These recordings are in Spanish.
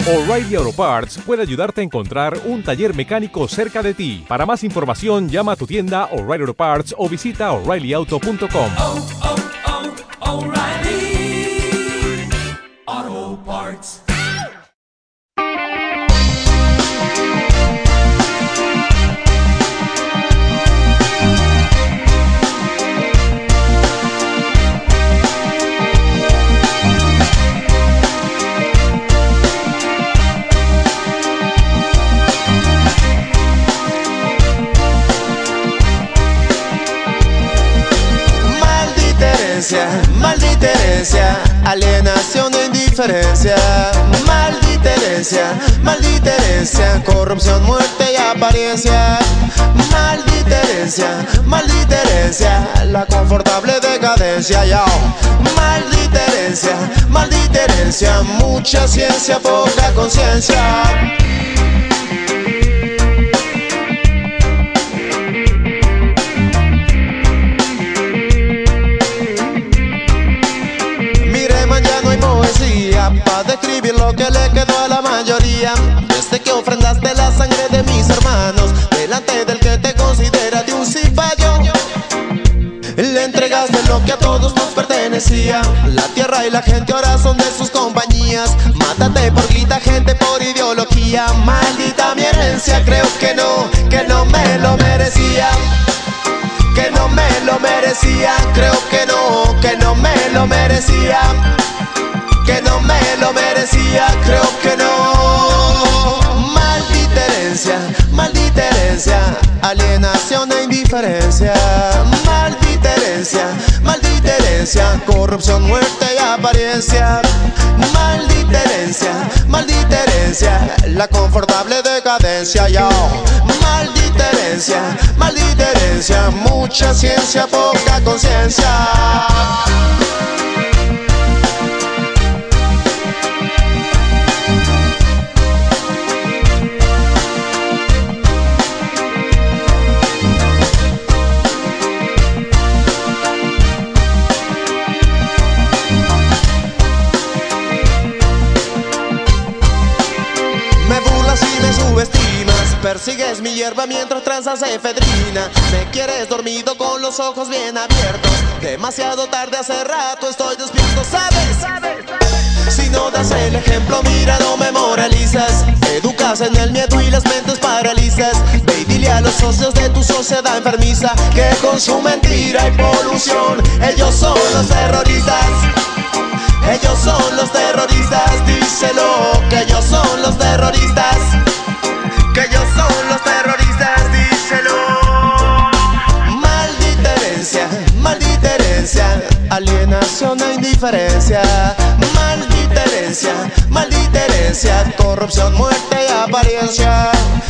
O'Reilly Auto Parts puede ayudarte a encontrar un taller mecánico cerca de ti. Para más información, llama a tu tienda O'Reilly Auto Parts o visita O'ReillyAuto.com. O'Reilly Auto Parts. Maldita herencia, alienación e indiferencia. Maldita herencia, corrupción, muerte y apariencia. Maldita herencia, la confortable decadencia. Yo. Maldita herencia, mucha ciencia, poca conciencia. Para describir lo que le quedó a la mayoría. Desde que ofrendaste la sangre de mis hermanos delante del que te considera de un cipayo, le entregaste lo que a todos nos pertenecía. La tierra y la gente ahora son de sus compañías. Mátate por guita, gente por ideología. Maldita mi herencia, creo que no me lo merecía. Que no me lo merecía, creo que no me lo merecía. Que no me lo merecía, creo que no. Maldita herencia, alienación e indiferencia. Maldita herencia, corrupción, muerte y apariencia. Maldita herencia, la confortable decadencia. Yo. Maldita herencia, mucha ciencia, poca conciencia. Persigues mi hierba mientras transas efedrina. Me quieres dormido con los ojos bien abiertos. Demasiado tarde, hace rato estoy despierto, ¿sabes? Si no das el ejemplo, mira, no me moralizas. Educas en el miedo y las mentes paralizas. Ve y dile a los socios de tu sociedad enfermiza que con su mentira y polución ellos son los terroristas. Ellos son los terroristas, díselo, que ellos son los terroristas. Que ellos son los terroristas, díselo. Maldita herencia, alienación e indiferencia. Maldita herencia, corrupción, muerte y apariencia.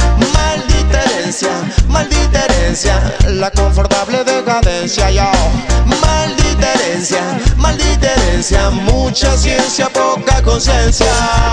Maldita herencia, la confortable decadencia. Yo. Maldita herencia, mucha ciencia, poca conciencia.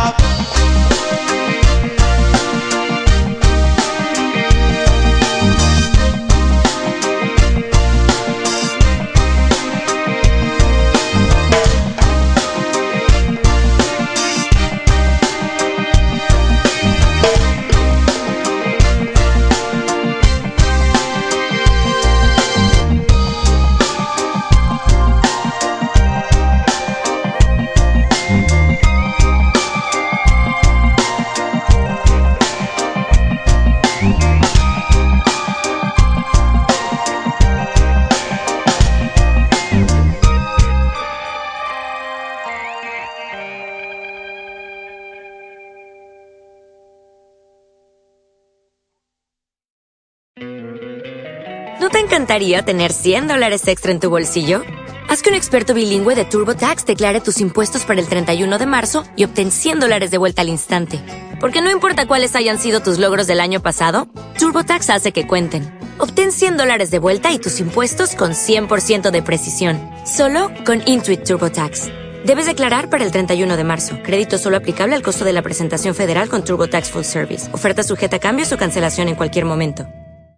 ¿No te encantaría tener $100 extra en tu bolsillo? Haz que un experto bilingüe de TurboTax declare tus impuestos para el 31 de marzo y obtén $100 de vuelta al instante. Porque no importa cuáles hayan sido tus logros del año pasado, TurboTax hace que cuenten. Obtén $100 de vuelta y tus impuestos con 100% de precisión. Solo con Intuit TurboTax. Debes declarar para el 31 de marzo. Crédito solo aplicable al costo de la presentación federal con TurboTax Full Service. Oferta sujeta a cambios o cancelación en cualquier momento.